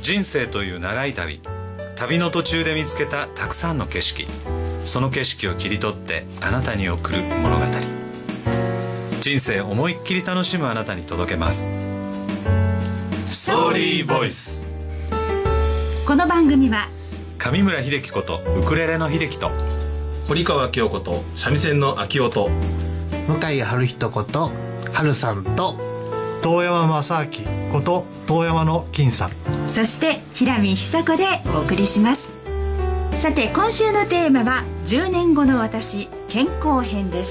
人生という長い旅、旅の途中で見つけたたくさんの景色、その景色を切り取ってあなたに送る物語。人生思いっきり楽しむあなたに届けます。ストーリーボイス。 この番組は上村秀樹ことウクレレの秀樹と堀川清子と三味線の秋夫と向井春人こと春さんと遠山正明こと遠山の金さん、 そして平見久子でお送りします。さて今週のテーマは10年後の私健康編です。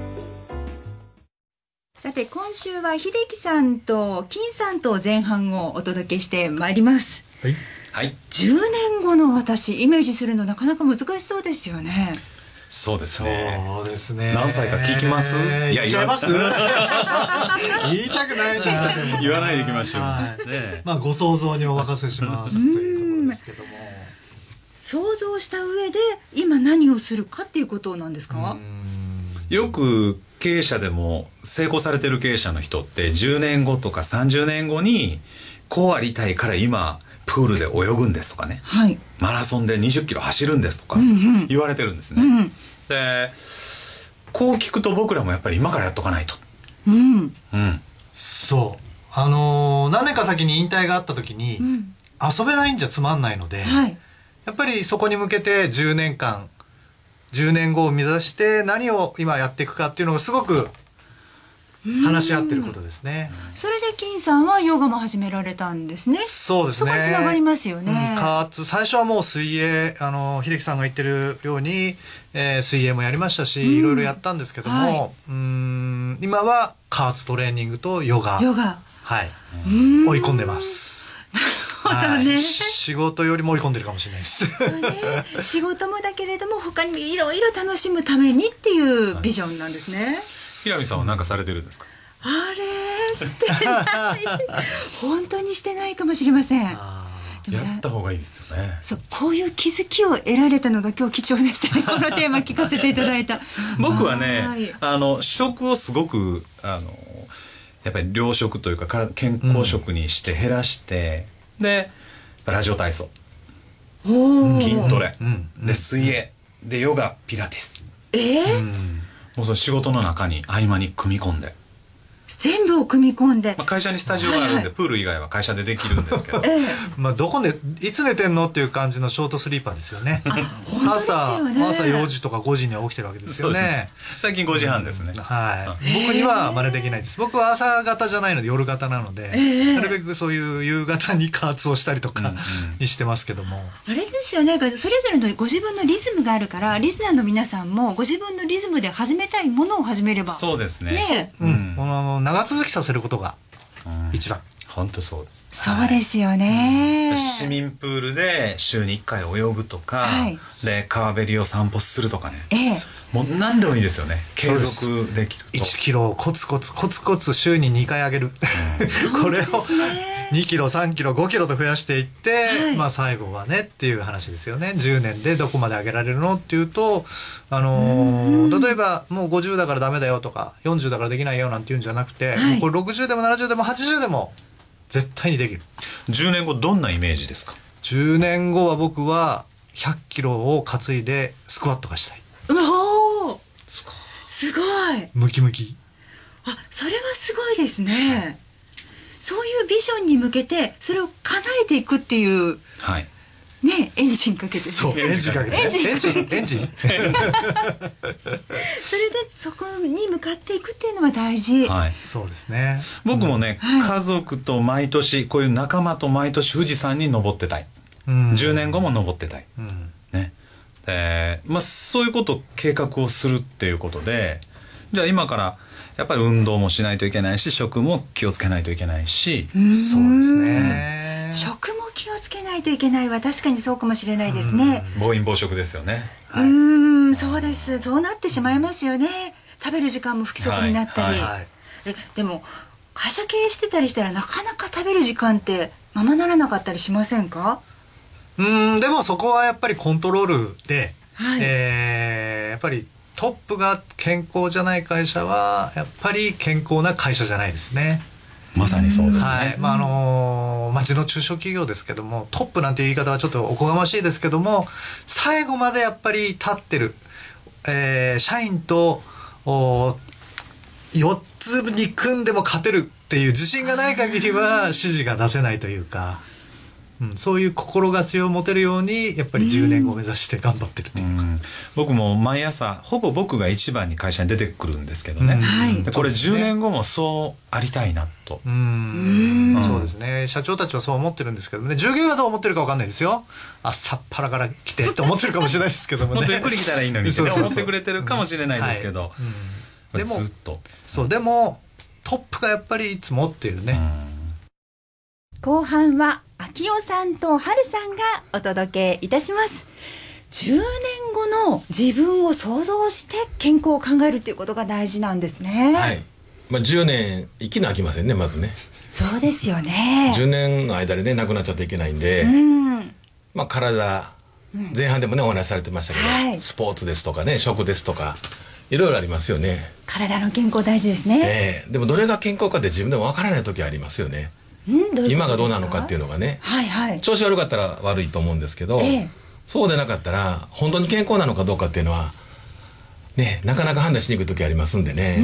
さて今週は秀樹さんと金さんと前半をお届けしてまいります。 はい、 はい、 10年後の私イメージするのなかなか難しそうですよね。 そうですね。 そうですね。 何歳か聞きます？ いや、言っちゃいます言いたくないな。 言わないでいきましょう、 はいね。 まあご想像にお任せしますというところですけども、 想像した上で今何をするかっていうことなんですか？ よく経営者でも成功されてる経営者の人って10年後とか30年後にこうありたいから今プールで泳ぐんですとかね、 はい、 マラソンで20キロ走るんですとか言われてるんですね、でこう聞くと僕らもやっぱり今からやっとかないと、 そう何年か先に引退があった時に、遊べないんじゃつまんないので、やっぱりそこに向けて10年間10年後を目指して何を今やっていくかっていうのがすごく話し合ってることですね。 それで金さんはヨガも始められたんですね。 そうですね。 そこにつながりますよね。 最初はもう水泳、秀樹さんが言ってるように、水泳もやりましたし、いろいろやったんですけども、今は加圧トレーニングとヨガ、はい、追い込んでます。仕事よりも追い込んでるかもしれないです。 仕事もだけれども他にいろいろ楽しむためにっていうビジョンなんですね。 平見さんは何かされてるんですか？ あれしてない本当にしてないかもしれません。やった方がいいですよね。 そう、こういう気づきを得られたのが今日貴重でしたね。このテーマ聞かせていただいた。 僕はね、食をすごくやっぱり良食というか健康食にして減らして、でラジオ体操、筋トレ、で水泳でヨガ、ピラティス、もうその仕事の中に合間に組み込んで全部を組み込んで、 会社にスタジオがあるんで、プール以外は会社でできるんですけど、 どこでいつ寝てんのっていう感じのショートスリーパーですよね。朝4時とか5時には起きてるわけですよね。 最近5時半ですね。 僕には真似できないです。僕は朝型じゃないので夜型なので、なるべくそういう夕方に加圧をしたりとかにしてますけども、 あれですよね、それぞれのご自分のリズムがあるから、リスナーの皆さんもご自分のリズムで始めたいものを始めれば、 そうですね、 長続きさせることが一番。 本当そうです。 そうですよね。 市民プールで週に1回泳ぐとか、で川べりを散歩するとかね、もう何でもいいですよね。継続できると 1キロコツコツ週に2回上げるこれを2キロ3キロ5キロと増やしていって、最後はねっていう話ですよね。10年でどこまで上げられるのっていうと、例えばもう50だからダメだよとか40だからできないよなんていうんじゃなくて、これ60でも70でも80でも絶対にできる。 10年後どんなイメージですか ？10年後は僕は100キロを担いでスクワットがしたい。 すごいムキムキ。 それはすごいですね。そういうビジョンに向けてそれを叶えていくっていう、エンジンかけて、 エンジンかけてエンジンそれでそこに向かっていくっていうのは大事。 そうですね。 僕もね、家族と毎年こういう仲間と毎年富士山に登ってたい、10年後も登ってたい、そういうことを計画をするっていうことで、じゃあ今からやっぱり運動もしないといけないし、食も気をつけないといけないし、 そうですね。 食も気をつけないといけないは確かにそうかもしれないですね。 暴飲暴食ですよね。 そうです。そうなってしまいますよね。食べる時間も不規則になったり、でも会社経営してたりしたらなかなか食べる時間ってままならなかったりしませんか？ でもそこはやっぱりコントロールで、やっぱりトップが健康じゃない会社はやっぱり健康な会社じゃないですね。 まさにそうですね。 町の中小企業ですけども、トップなんていう言い方はちょっとおこがましいですけども、最後までやっぱり立ってる、社員と4つに組んでも勝てるっていう自信がない限りは指示が出せないというか、そういう志を持てるようにやっぱり10年後を目指して頑張ってるっていうか、 僕も毎朝ほぼ僕が一番に会社に出てくるんですけどね、でこれ10年後もそうありたいなと。 そうですね、社長たちはそう思ってるんですけどね、従業員はどう思ってるか分かんないですよ。朝っぱらから来てって思ってるかもしれないですけどもねもっとゆっくり来たらいいのにって思ってくれてるかもしれないですけど、 でもずっとでもトップがやっぱりいつもっていうね。 後半は秋代さんと春さんがお届けいたします。10年後の自分を想像して健康を考えるっていうことが大事なんですね。 はい、10年生きなあきませんね、まずね。 そうですよね。 10年の間でね亡くなっちゃっていけないんで、体、前半でもねお話しされてましたけど、スポーツですとかね、食ですとかいろいろありますよね。 体の健康大事ですね。 でもどれが健康かって自分でもわからない時ありますよね。今がどうなのかっていうのがね、調子悪かったら悪いと思うんですけど、そうでなかったら本当に健康なのかどうかっていうのはね、なかなか判断しにくい時ありますんでね。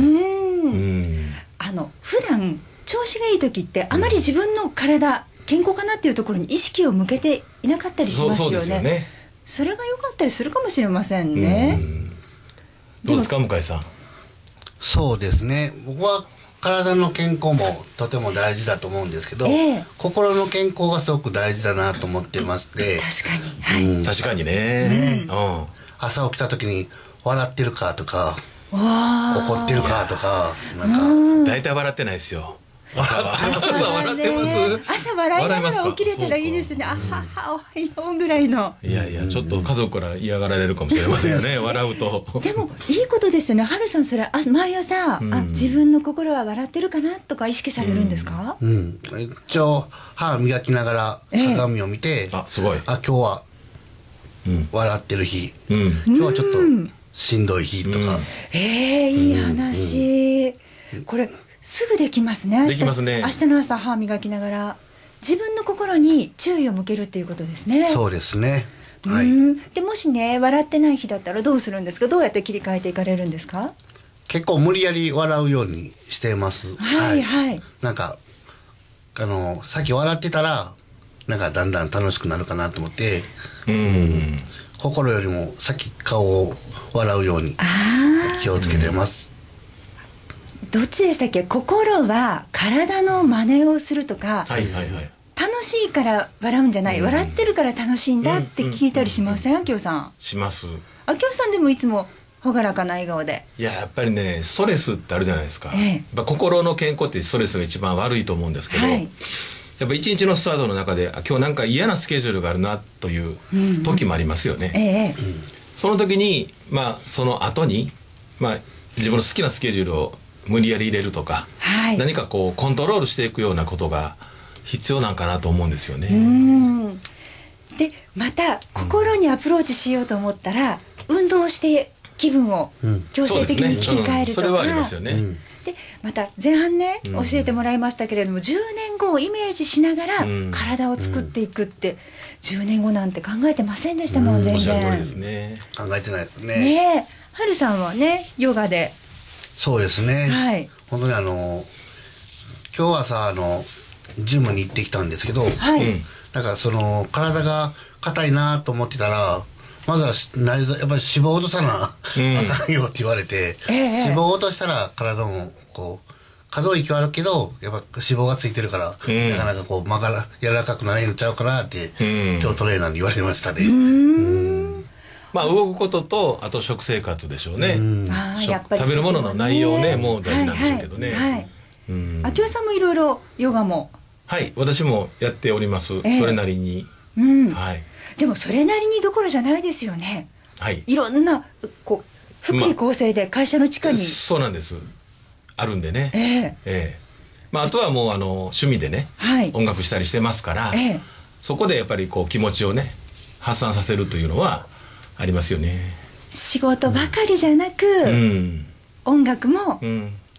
普段調子がいい時ってあまり自分の体、健康かなっていうところに意識を向けていなかったりしますよね。そうですよね。それが良かったりするかもしれませんね。 どうですか向井さん。 そうですね、僕は体の健康もとても大事だと思うんですけど、心の健康がすごく大事だなと思ってまして。 確かに、 確かにね。 朝起きた時に笑ってるかとか怒ってるかとか、なんか大体笑ってないですよ。朝笑ってます。 朝笑いながら起きれたらいいですね。あははおはようぐらいの。 いやいや、ちょっと家族から嫌がられるかもしれませんよね笑うと。 でもいいことですよね。春さん、それ毎朝、自分の心は笑ってるかなとか意識されるんですか？ 一応歯磨きながら鏡を見て、 すごい、 今日は笑ってる日、今日はちょっとしんどい日とか。 いい話。これすぐできますね。 できますね。 明日の朝歯磨きながら自分の心に注意を向けるっていうことですね。 そうですね。 でもしね、笑ってない日だったらどうするんですか？どうやって切り替えていかれるんですか？ 結構無理やり笑うようにしています。なんかさっき笑ってたらなんかだんだん楽しくなるかなと思って、心よりもさっき顔を笑うように気をつけてます。 どっちでしたっけ？心は体の真似をするとか、楽しいから笑うんじゃない、笑ってるから楽しいんだって聞いたりしません？秋代さん。 します。 秋代さんでもいつも朗らかな笑顔で。 やっぱりね、ストレスってあるじゃないですか。心の健康ってストレスが一番悪いと思うんですけど、やっぱ一日のスタートの中で今日なんか嫌なスケジュールがあるなという時もありますよね。その時にその後に自分の好きなスケジュールを無理やり入れるとか、何かこうコントロールしていくようなことが必要なんかなと思うんですよね。 でまた心にアプローチしようと思ったら、運動して気分を強制的に切り替えるとか、 それはありますよね。 でまた前半ね、教えてもらいましたけれども、10年後をイメージしながら体を作っていくって、10年後なんて考えてませんでしたもん。全然おっしゃる通りですね。 考えてないですね。 春さんはね、ヨガで。 そうですね、本当に今日はさジムに行ってきたんですけど、だから体が硬いなと思ってたら、まずはやっぱり脂肪を落とさなあかんよって言われて、脂肪を落としたら体もこう可動域はあるけどやっぱ脂肪がついてるから、なかなかこう柔らかくなれんちゃうかなって、今日トレーナーに言われましたね。 動くことと、あと食生活でしょうね。 食べるものの内容ね、もう大事なんでしょうけどね。 秋代さんもいろいろヨガも。 私もやっております。それなりに。 でもそれなりにどころじゃないですよね。いろんな福利厚生で会社の地下に。 そうなんです。あるんでね。あとはもう趣味でね、音楽したりしてますから、そこでやっぱりこう気持ちをね発散させるというのはありますよね。 仕事ばかりじゃなく、音楽も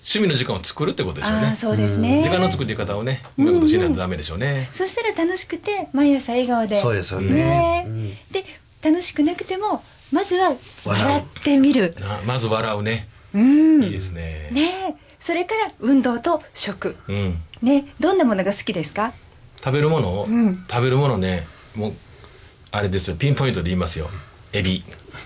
趣味の時間を作るってことでしょうね。 そうですね。 時間の作り方をね、うまいことしないとダメでしょうね。 そしたら楽しくて毎朝笑顔で。 そうですよね。 で楽しくなくてもまずは笑ってみる。 まず笑うね。いいですね。 ね、それから運動と食。ね、どんなものが好きですか？ 食べるもの、食べるものね、もうあれですよ、ピンポイントで言いますよ。エビ。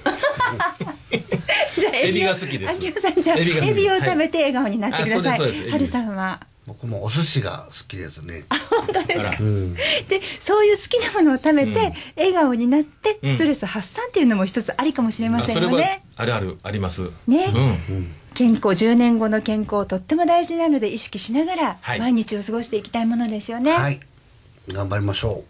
じゃあエビが好きです。 秋代さん、じゃあエビを食べて笑顔になってください。春さんは？ 僕もお寿司が好きですね。 本当ですか？で、そういう好きなものを食べて笑顔になってストレス発散っていうのも一つありかもしれませんよね。 あります。 ね。健康、10年後の健康とっても大事なので意識しながら毎日を過ごしていきたいものですよね。 はい。頑張りましょう。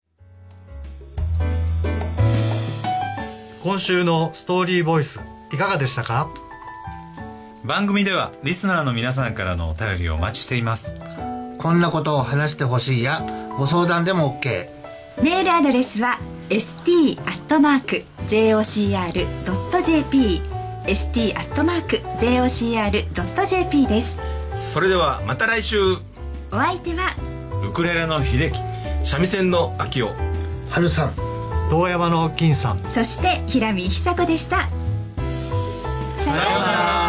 今週のストーリーボイスいかがでしたか？ 番組ではリスナーの皆さんからのお便りをお待ちしています。 こんなことを話してほしいやご相談でも OK。 メールアドレスは st@jocr.jp st@jocr.jp です。 それではまた来週。 お相手はウクレレの秀樹、 三味線の秋代、 春さん、 遠山の金さん、 そして平見久子でした。 さようなら。